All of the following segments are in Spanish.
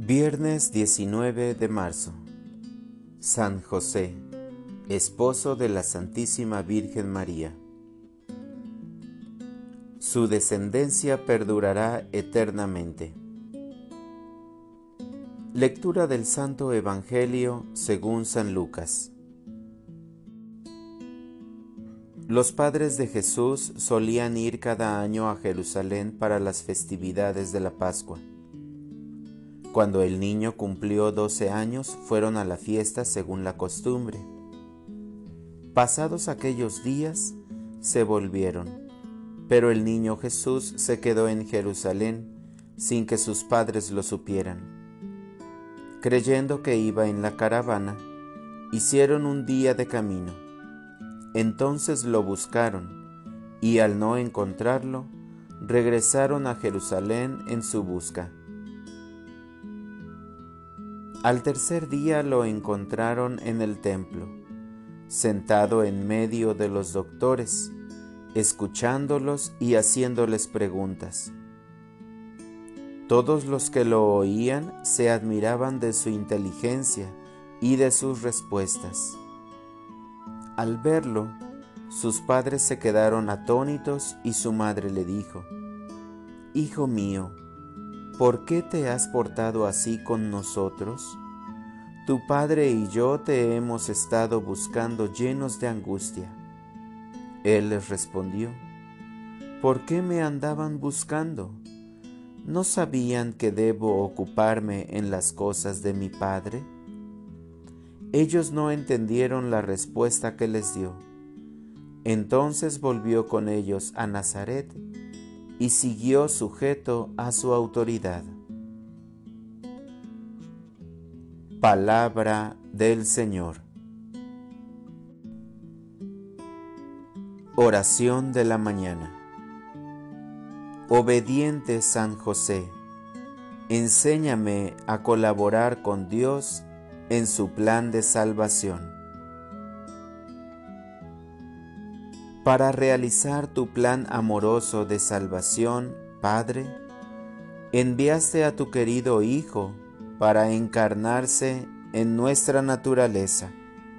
Viernes 19 de marzo. San José, esposo de la Santísima Virgen María. Su descendencia perdurará eternamente. Lectura del Santo Evangelio según San Lucas. Los padres de Jesús solían ir cada año a Jerusalén para las festividades de la Pascua. Cuando el niño cumplió 12 años, fueron a la fiesta según la costumbre. Pasados aquellos días, se volvieron, pero el niño Jesús se quedó en Jerusalén sin que sus padres lo supieran. Creyendo que iba en la caravana, hicieron un día de camino. Entonces lo buscaron, y al no encontrarlo, regresaron a Jerusalén en su busca. Al tercer día lo encontraron en el templo, sentado en medio de los doctores, escuchándolos y haciéndoles preguntas. Todos los que lo oían se admiraban de su inteligencia y de sus respuestas. Al verlo, sus padres se quedaron atónitos y su madre le dijo: «Hijo mío, ¿por qué te has portado así con nosotros? Tu padre y yo te hemos estado buscando llenos de angustia». Él les respondió: «¿Por qué me andaban buscando? ¿No sabían que debo ocuparme en las cosas de mi padre?». Ellos no entendieron la respuesta que les dio. Entonces volvió con ellos a Nazaret y siguió sujeto a su autoridad. Palabra del Señor. Oración de la mañana. Obediente San José, enséñame a colaborar con Dios en su plan de salvación. Para realizar tu plan amoroso de salvación, Padre, enviaste a tu querido Hijo para encarnarse en nuestra naturaleza.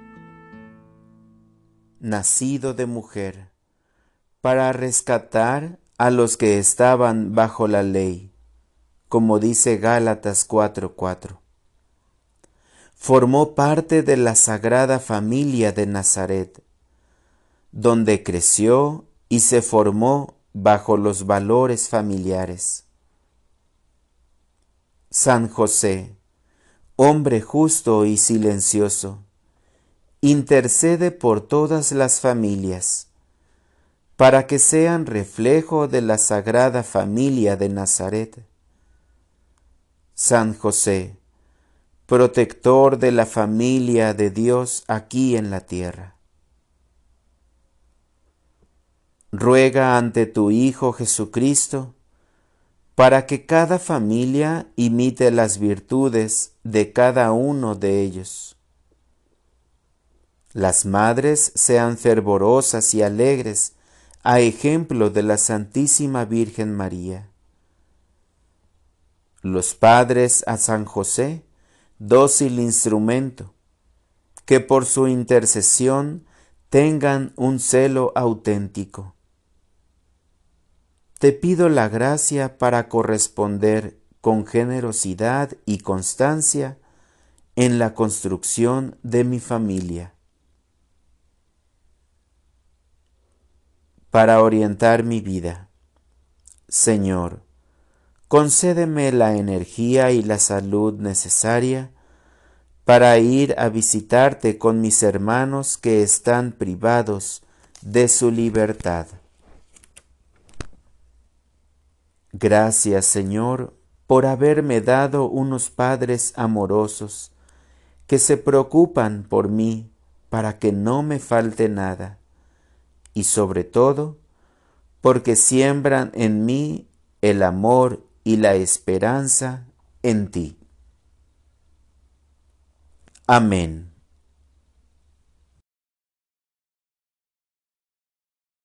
Nacido de mujer, para rescatar a los que estaban bajo la ley, como dice Gálatas 4:4. Formó parte de la sagrada familia de Nazaret, donde creció y se formó bajo los valores familiares. San José, hombre justo y silencioso, intercede por todas las familias, para que sean reflejo de la sagrada familia de Nazaret. San José, protector de la familia de Dios aquí en la tierra, ruega ante tu Hijo Jesucristo para que cada familia imite las virtudes de cada uno de ellos. Las madres sean fervorosas y alegres, a ejemplo de la Santísima Virgen María. Los padres a San José, dócil instrumento, que por su intercesión tengan un celo auténtico. Te pido la gracia para corresponder con generosidad y constancia en la construcción de mi familia. Para orientar mi vida, Señor, concédeme la energía y la salud necesaria para ir a visitarte con mis hermanos que están privados de su libertad. Gracias, Señor, por haberme dado unos padres amorosos que se preocupan por mí para que no me falte nada, y sobre todo, porque siembran en mí el amor y la esperanza en ti. Amén.